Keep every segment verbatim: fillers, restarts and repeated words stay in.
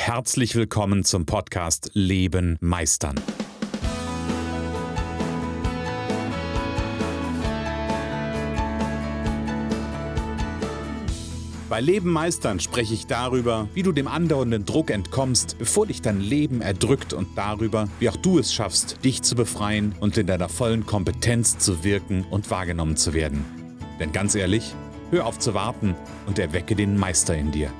herzlich willkommen zum Podcast Leben meistern. Bei Leben meistern spreche ich darüber, wie du dem andauernden Druck entkommst, bevor dich dein Leben erdrückt, und darüber, wie auch du es schaffst, dich zu befreien und in deiner vollen Kompetenz zu wirken und wahrgenommen zu werden. Denn ganz ehrlich, hör auf zu warten und erwecke den Meister in dir.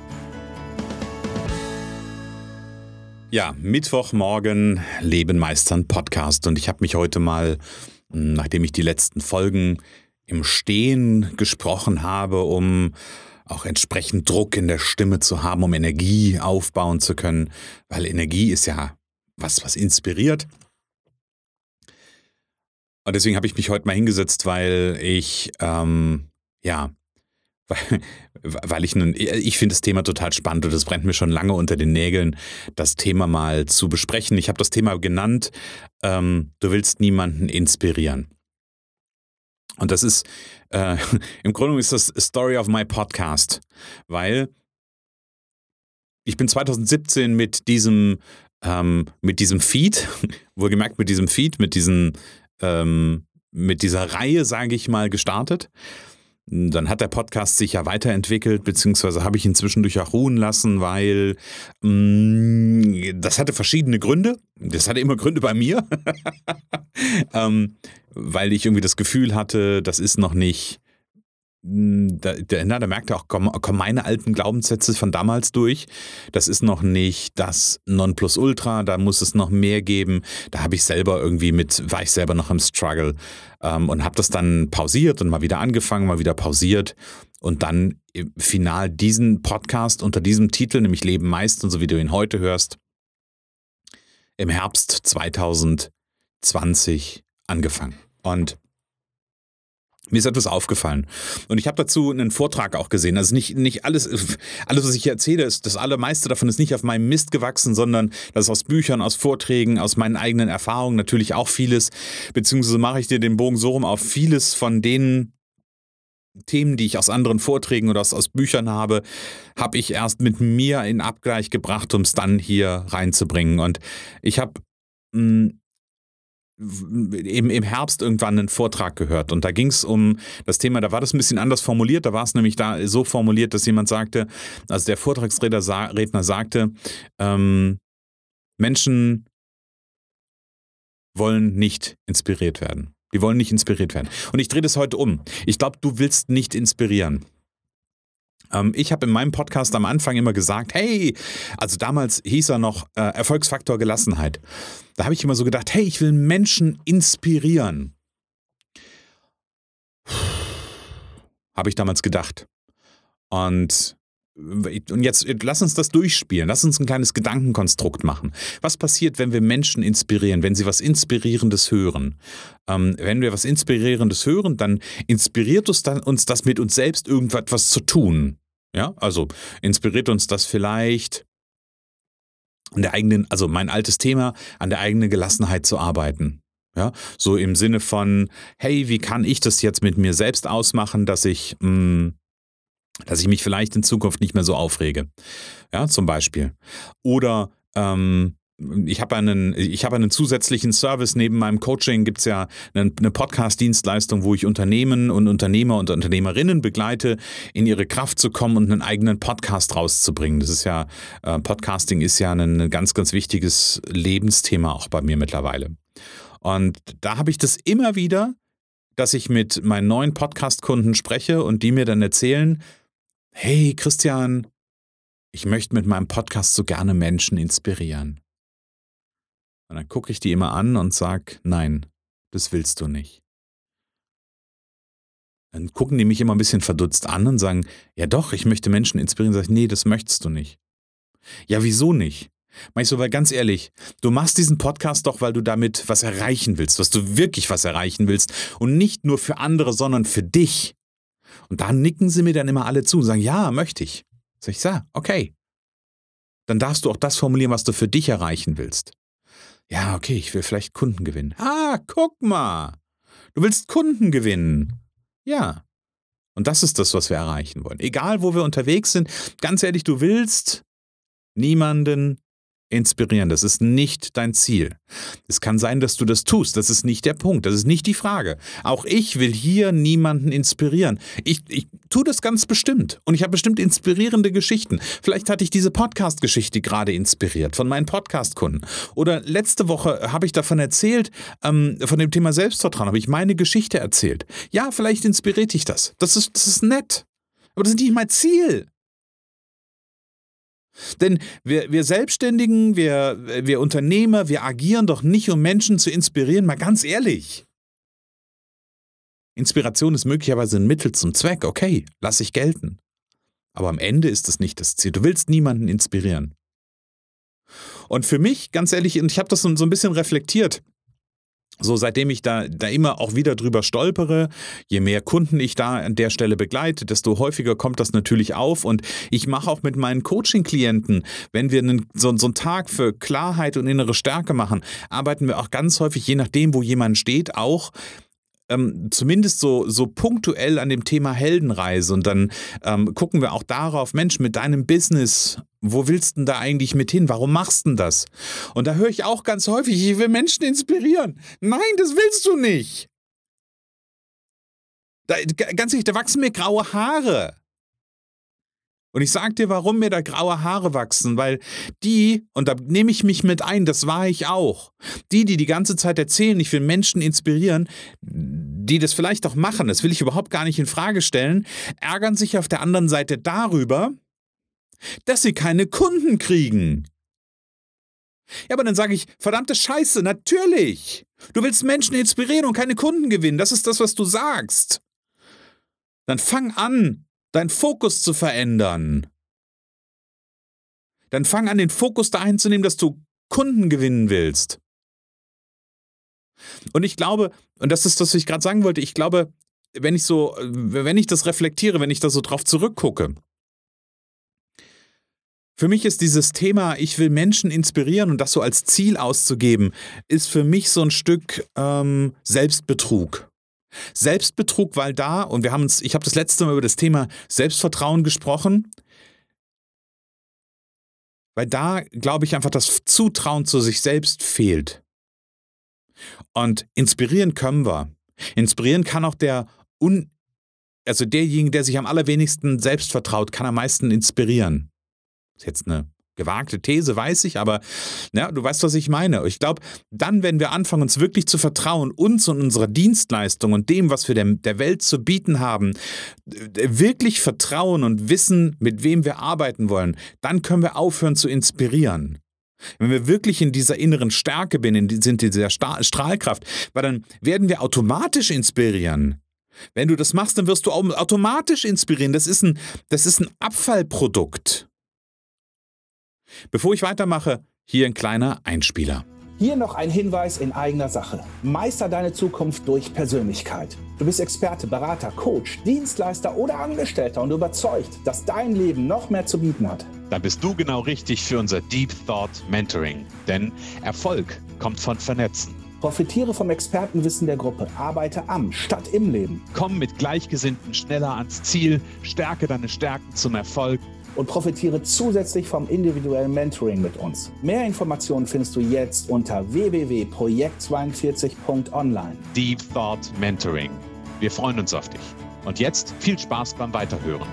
Ja, Mittwochmorgen, Leben meistern Podcast, und ich habe mich heute mal, nachdem ich die letzten Folgen im Stehen gesprochen habe, um auch entsprechend Druck in der Stimme zu haben, um Energie aufbauen zu können, weil Energie ist ja was, was inspiriert. Und deswegen habe ich mich heute mal hingesetzt, weil ich, ähm, ja, weil, weil ich nun, ich finde das Thema total spannend und es brennt mir schon lange unter den Nägeln, das Thema mal zu besprechen. Ich habe das Thema genannt, ähm, du willst niemanden inspirieren. Und das ist, äh, im Grunde ist das Story of my Podcast, weil ich bin zwanzig siebzehn mit diesem, ähm, mit diesem Feed, wohlgemerkt mit diesem Feed, mit diesen, ähm, mit dieser Reihe, sage ich mal, gestartet. Dann hat der Podcast sich ja weiterentwickelt, beziehungsweise habe ich ihn zwischendurch auch ruhen lassen, weil mh, das hatte verschiedene Gründe. Das hatte immer Gründe bei mir, ähm, weil ich irgendwie das Gefühl hatte, das ist noch nicht, da, da, na, da merkte auch, kommen, kommen meine alten Glaubenssätze von damals durch. Das ist noch nicht das Nonplusultra, da muss es noch mehr geben. Da habe ich selber irgendwie mit, war ich selber noch im Struggle ähm, und habe das dann pausiert und mal wieder angefangen, mal wieder pausiert und dann im Final diesen Podcast unter diesem Titel, nämlich Leben meistern, so wie du ihn heute hörst, im Herbst zwanzig zwanzig angefangen. Und mir ist etwas aufgefallen. Und ich habe dazu einen Vortrag auch gesehen. Also nicht, nicht alles, alles, was ich hier erzähle, ist, das allermeiste davon ist nicht auf meinem Mist gewachsen, sondern das ist aus Büchern, aus Vorträgen, aus meinen eigenen Erfahrungen, natürlich auch vieles. Beziehungsweise mache ich dir den Bogen so rum, auf vieles von den Themen, die ich aus anderen Vorträgen oder aus, aus Büchern habe, habe ich erst mit mir in Abgleich gebracht, um es dann hier reinzubringen. Und ich habe mh, Im, im Herbst irgendwann einen Vortrag gehört und da ging es um das Thema, da war das ein bisschen anders formuliert, da war es nämlich da so formuliert, dass jemand sagte, also der Vortragsredner sa- Redner sagte, ähm, Menschen wollen nicht inspiriert werden. Die wollen nicht inspiriert werden. Und ich drehe das heute um. Ich glaube, du willst nicht inspirieren. Ich habe in meinem Podcast am Anfang immer gesagt, hey, also damals hieß er noch äh, Erfolgsfaktor Gelassenheit. Da habe ich immer so gedacht, hey, ich will Menschen inspirieren. Habe ich damals gedacht. Und, und jetzt lass uns das durchspielen. Lass uns ein kleines Gedankenkonstrukt machen. Was passiert, wenn wir Menschen inspirieren, wenn sie was Inspirierendes hören? Ähm, wenn wir was Inspirierendes hören, dann inspiriert uns, dann, uns das mit uns selbst irgendwas zu tun. Ja, also inspiriert uns das vielleicht an der eigenen, also mein altes Thema, an der eigenen Gelassenheit zu arbeiten. Ja, so im Sinne von, hey, wie kann ich das jetzt mit mir selbst ausmachen, dass ich, mh, dass ich mich vielleicht in Zukunft nicht mehr so aufrege. Ja, zum Beispiel. Oder ähm, ich habe einen, ich habe einen zusätzlichen Service. Neben meinem Coaching gibt es ja eine, eine Podcast-Dienstleistung, wo ich Unternehmen und Unternehmer und Unternehmerinnen begleite, in ihre Kraft zu kommen und einen eigenen Podcast rauszubringen. Das ist ja, äh, Podcasting ist ja ein ganz, ganz wichtiges Lebensthema auch bei mir mittlerweile. Und da habe ich das immer wieder, dass ich mit meinen neuen Podcast-Kunden spreche und die mir dann erzählen, hey Christian, ich möchte mit meinem Podcast so gerne Menschen inspirieren. Und dann gucke ich die immer an und sage, nein, das willst du nicht. Dann gucken die mich immer ein bisschen verdutzt an und sagen, ja doch, ich möchte Menschen inspirieren. Sag ich, nee, das möchtest du nicht. Ja, wieso nicht? Mach ich so, weil ganz ehrlich, du machst diesen Podcast doch, weil du damit was erreichen willst, was du wirklich was erreichen willst und nicht nur für andere, sondern für dich. Und da nicken sie mir dann immer alle zu und sagen, ja, möchte ich. Sag ich, ja, okay. Dann darfst du auch das formulieren, was du für dich erreichen willst. Ja, okay, ich will vielleicht Kunden gewinnen. Ah, guck mal. Du willst Kunden gewinnen. Ja. Und das ist das, was wir erreichen wollen. Egal, wo wir unterwegs sind, ganz ehrlich, du willst niemanden inspirieren. Das ist nicht dein Ziel. Es kann sein, dass du das tust. Das ist nicht der Punkt. Das ist nicht die Frage. Auch ich will hier niemanden inspirieren. Ich, ich tue das ganz bestimmt. Und ich habe bestimmt inspirierende Geschichten. Vielleicht hatte ich diese Podcast-Geschichte gerade inspiriert von meinen Podcast-Kunden. Oder letzte Woche habe ich davon erzählt, ähm, von dem Thema Selbstvertrauen, habe ich meine Geschichte erzählt. Ja, vielleicht inspiriert dich das. Das ist, das ist nett. Aber das ist nicht mein Ziel. Denn wir, wir Selbstständigen, wir, wir Unternehmer, wir agieren doch nicht, um Menschen zu inspirieren, mal ganz ehrlich. Inspiration ist möglicherweise ein Mittel zum Zweck, okay, lass ich gelten. Aber am Ende ist das nicht das Ziel. Du willst niemanden inspirieren. Und für mich, ganz ehrlich, und ich habe das so, so ein bisschen reflektiert, so seitdem ich da, da immer auch wieder drüber stolpere, je mehr Kunden ich da an der Stelle begleite, desto häufiger kommt das natürlich auf. Und ich mache auch mit meinen Coaching-Klienten, wenn wir einen, so, so einen Tag für Klarheit und innere Stärke machen, arbeiten wir auch ganz häufig, je nachdem, wo jemand steht, auch Ähm, zumindest so, so punktuell an dem Thema Heldenreise. Und dann ähm, gucken wir auch darauf, Mensch, mit deinem Business, wo willst du denn da eigentlich mit hin? Warum machst du denn das? Und da höre ich auch ganz häufig, ich will Menschen inspirieren. Nein, das willst du nicht. Da, ganz ehrlich, da wachsen mir graue Haare. Und ich sag dir, warum mir da graue Haare wachsen, weil die, und da nehme ich mich mit ein, das war ich auch, die, die die ganze Zeit erzählen, ich will Menschen inspirieren, die das vielleicht auch machen, das will ich überhaupt gar nicht in Frage stellen, ärgern sich auf der anderen Seite darüber, dass sie keine Kunden kriegen. Ja, aber dann sage ich, verdammte Scheiße, natürlich. Du willst Menschen inspirieren und keine Kunden gewinnen, das ist das, was du sagst. Dann fang an, deinen Fokus zu verändern. Dann fang an, den Fokus dahin zu nehmen, dass du Kunden gewinnen willst. Und ich glaube, und das ist das, was ich gerade sagen wollte, ich glaube, wenn ich so, wenn ich das reflektiere, wenn ich da so drauf zurückgucke, für mich ist dieses Thema, ich will Menschen inspirieren und das so als Ziel auszugeben, ist für mich so ein Stück ähm, Selbstbetrug. Selbstbetrug, weil da, und wir haben uns, ich habe das letzte Mal über das Thema Selbstvertrauen gesprochen, weil da, glaube ich, einfach das Zutrauen zu sich selbst fehlt. Und inspirieren können wir. Inspirieren kann auch der, un, also derjenige, der sich am allerwenigsten selbst vertraut, kann am meisten inspirieren. Das ist jetzt eine gewagte These, weiß ich, aber ja, du weißt, was ich meine. Ich glaube, dann, wenn wir anfangen, uns wirklich zu vertrauen, uns und unserer Dienstleistung und dem, was wir der, der Welt zu bieten haben, wirklich vertrauen und wissen, mit wem wir arbeiten wollen, dann können wir aufhören zu inspirieren. Wenn wir wirklich in dieser inneren Stärke sind, in dieser Strahlkraft, weil dann werden wir automatisch inspirieren. Wenn du das machst, dann wirst du automatisch inspirieren. Das ist ein, das ist ein Abfallprodukt. Bevor ich weitermache, hier ein kleiner Einspieler. Hier noch ein Hinweis in eigener Sache. Meister deine Zukunft durch Persönlichkeit. Du bist Experte, Berater, Coach, Dienstleister oder Angestellter und überzeugt, dass dein Leben noch mehr zu bieten hat. Dann bist du genau richtig für unser Deep Thought Mentoring. Denn Erfolg kommt von Vernetzen. Profitiere vom Expertenwissen der Gruppe. Arbeite am statt im Leben. Komm mit Gleichgesinnten schneller ans Ziel. Stärke deine Stärken zum Erfolg. Und profitiere zusätzlich vom individuellen Mentoring mit uns. Mehr Informationen findest du jetzt unter w w w punkt projekt zweiundvierzig punkt online. Deep Thought Mentoring. Wir freuen uns auf dich. Und jetzt viel Spaß beim Weiterhören.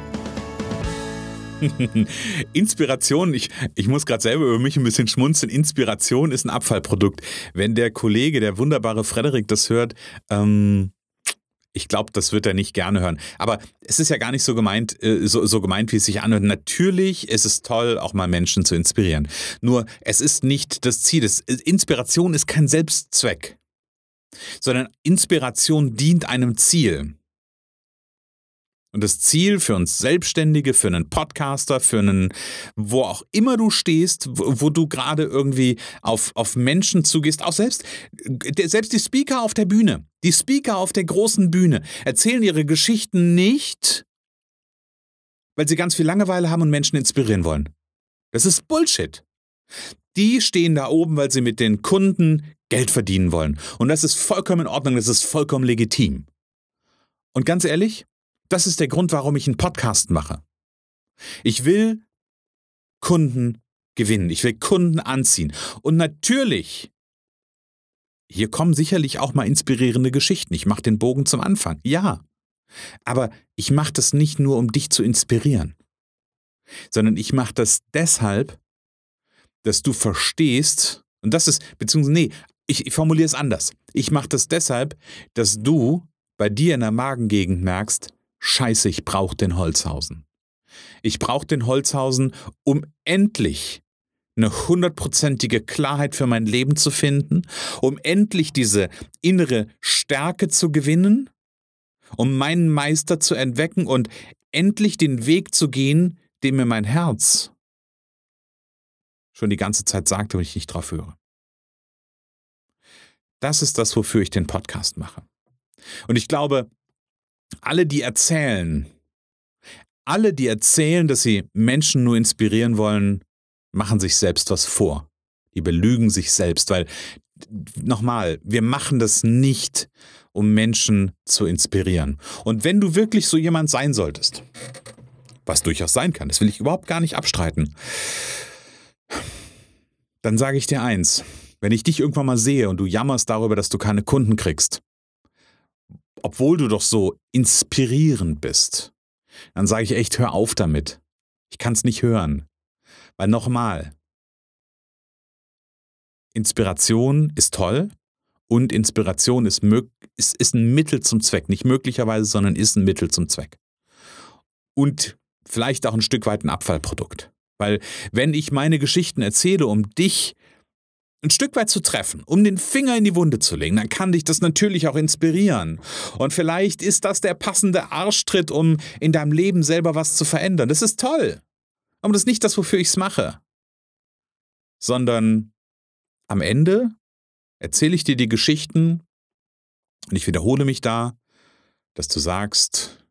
Inspiration, ich, ich muss gerade selber über mich ein bisschen schmunzeln. Inspiration ist ein Abfallprodukt. Wenn der Kollege, der wunderbare Frederik, das hört, ähm, ich glaube, das wird er nicht gerne hören. Aber es ist ja gar nicht so gemeint, so, so gemeint, wie es sich anhört. Natürlich ist es toll, auch mal Menschen zu inspirieren. Nur, es ist nicht das Ziel. Das, Inspiration ist kein Selbstzweck, sondern Inspiration dient einem Ziel. Und das Ziel für uns Selbstständige, für einen Podcaster, für einen, wo auch immer du stehst, wo, wo du gerade irgendwie auf, auf Menschen zugehst, auch selbst, selbst die Speaker auf der Bühne, die Speaker auf der großen Bühne erzählen ihre Geschichten nicht, weil sie ganz viel Langeweile haben und Menschen inspirieren wollen. Das ist Bullshit. Die stehen da oben, weil sie mit den Kunden Geld verdienen wollen. Und das ist vollkommen in Ordnung, das ist vollkommen legitim. Und ganz ehrlich, das ist der Grund, warum ich einen Podcast mache. Ich will Kunden gewinnen, ich will Kunden anziehen. Und natürlich, hier kommen sicherlich auch mal inspirierende Geschichten. Ich mache den Bogen zum Anfang, ja. Aber ich mache das nicht nur, um dich zu inspirieren, sondern ich mache das deshalb, dass du verstehst, und das ist, beziehungsweise, nee, ich, ich formuliere es anders. Ich mache das deshalb, dass du bei dir in der Magengegend merkst, Scheiße, ich brauche den Holzhausen. Ich brauche den Holzhausen, um endlich eine hundertprozentige Klarheit für mein Leben zu finden, um endlich diese innere Stärke zu gewinnen, um meinen Meister zu entwecken und endlich den Weg zu gehen, den mir mein Herz schon die ganze Zeit sagte und ich nicht drauf höre. Das ist das, wofür ich den Podcast mache. Und ich glaube, alle, die erzählen, alle, die erzählen, dass sie Menschen nur inspirieren wollen, machen sich selbst was vor. Die belügen sich selbst, weil, nochmal, wir machen das nicht, um Menschen zu inspirieren. Und wenn du wirklich so jemand sein solltest, was durchaus sein kann, das will ich überhaupt gar nicht abstreiten, dann sage ich dir eins, wenn ich dich irgendwann mal sehe und du jammerst darüber, dass du keine Kunden kriegst, obwohl du doch so inspirierend bist, dann sage ich echt, hör auf damit. Ich kann es nicht hören. Weil nochmal, Inspiration ist toll und Inspiration ist, mög- ist, ist ein Mittel zum Zweck. Nicht möglicherweise, sondern ist ein Mittel zum Zweck. Und vielleicht auch ein Stück weit ein Abfallprodukt. Weil wenn ich meine Geschichten erzähle, um dich ein Stück weit zu treffen, um den Finger in die Wunde zu legen, dann kann dich das natürlich auch inspirieren. Und vielleicht ist das der passende Arschtritt, um in deinem Leben selber was zu verändern. Das ist toll. Aber das ist nicht das, wofür ich es mache. Sondern am Ende erzähle ich dir die Geschichten und ich wiederhole mich da, dass du sagst,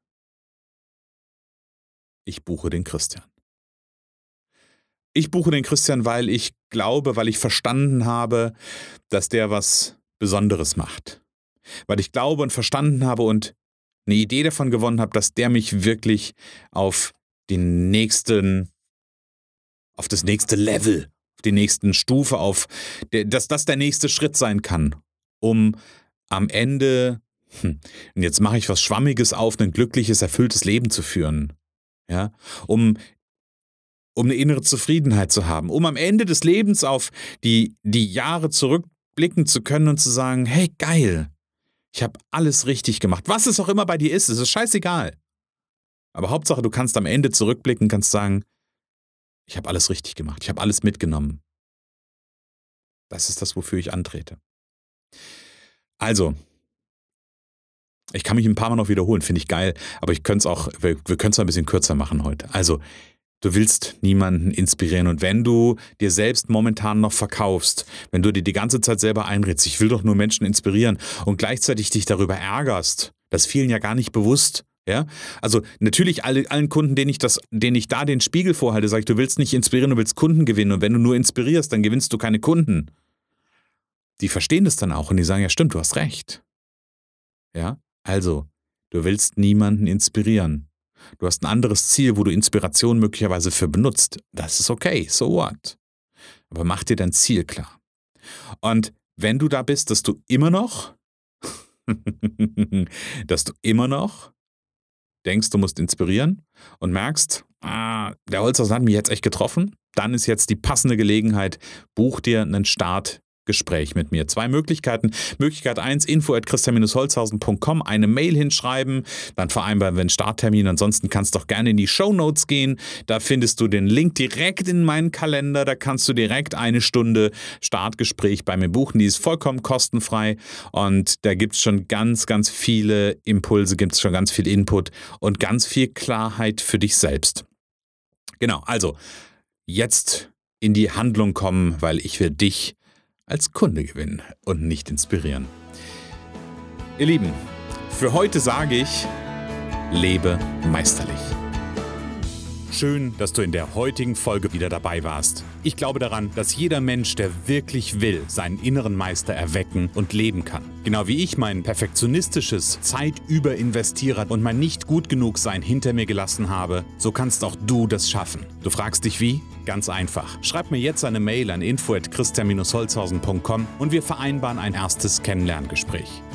ich buche den Christian. Ich buche den Christian, weil ich glaube, weil ich verstanden habe, dass der was Besonderes macht. Weil ich glaube und verstanden habe und eine Idee davon gewonnen habe, dass der mich wirklich auf den nächsten, auf das nächste Level, auf die nächsten Stufe, auf, dass das der nächste Schritt sein kann, um am Ende, hm, und jetzt mache ich was Schwammiges auf, ein glückliches, erfülltes Leben zu führen. Ja, um um eine innere Zufriedenheit zu haben, um am Ende des Lebens auf die, die Jahre zurückblicken zu können und zu sagen, hey, geil, ich habe alles richtig gemacht. Was es auch immer bei dir ist, es ist scheißegal. Aber Hauptsache, du kannst am Ende zurückblicken und kannst sagen, ich habe alles richtig gemacht, ich habe alles mitgenommen. Das ist das, wofür ich antrete. Also, ich kann mich ein paar Mal noch wiederholen, finde ich geil, aber ich könnte es auch, wir, wir können es ein bisschen kürzer machen heute. Also, du willst niemanden inspirieren und wenn du dir selbst momentan noch verkaufst, wenn du dir die ganze Zeit selber einredest, ich will doch nur Menschen inspirieren und gleichzeitig dich darüber ärgerst, das vielen ja gar nicht bewusst, ja? Also natürlich alle, allen Kunden, denen ich, das, denen ich da den Spiegel vorhalte, sage ich, du willst nicht inspirieren, du willst Kunden gewinnen und wenn du nur inspirierst, dann gewinnst du keine Kunden. Die verstehen das dann auch und die sagen, ja stimmt, du hast recht. Ja, also, du willst niemanden inspirieren. Du hast ein anderes Ziel, wo du Inspiration möglicherweise für benutzt. Das ist okay, so what? Aber mach dir dein Ziel klar. Und wenn du da bist, dass du immer noch, dass du immer noch denkst, du musst inspirieren und merkst, ah, der Holzhausen hat mich jetzt echt getroffen, dann ist jetzt die passende Gelegenheit, buch dir einen Start. Gespräch mit mir. Zwei Möglichkeiten. Möglichkeit eins, info at christian holzhausen punkt com, eine Mail hinschreiben, dann vereinbaren wir einen Starttermin. Ansonsten kannst du doch gerne in die Shownotes gehen. Da findest du den Link direkt in meinen Kalender. Da kannst du direkt eine Stunde Startgespräch bei mir buchen. Die ist vollkommen kostenfrei und da gibt es schon ganz, ganz viele Impulse, gibt es schon ganz viel Input und ganz viel Klarheit für dich selbst. Genau, also jetzt in die Handlung kommen, weil ich will dich als Kunde gewinnen und nicht inspirieren. Ihr Lieben, für heute sage ich, lebe meisterlich. Schön, dass du in der heutigen Folge wieder dabei warst. Ich glaube daran, dass jeder Mensch, der wirklich will, seinen inneren Meister erwecken und leben kann. Genau wie ich mein perfektionistisches Zeitüberinvestierer und mein nicht gut genug sein hinter mir gelassen habe, so kannst auch du das schaffen. Du fragst dich wie? Ganz einfach. Schreib mir jetzt eine Mail an info at christian Holzhausen punkt com und wir vereinbaren ein erstes Kennenlerngespräch.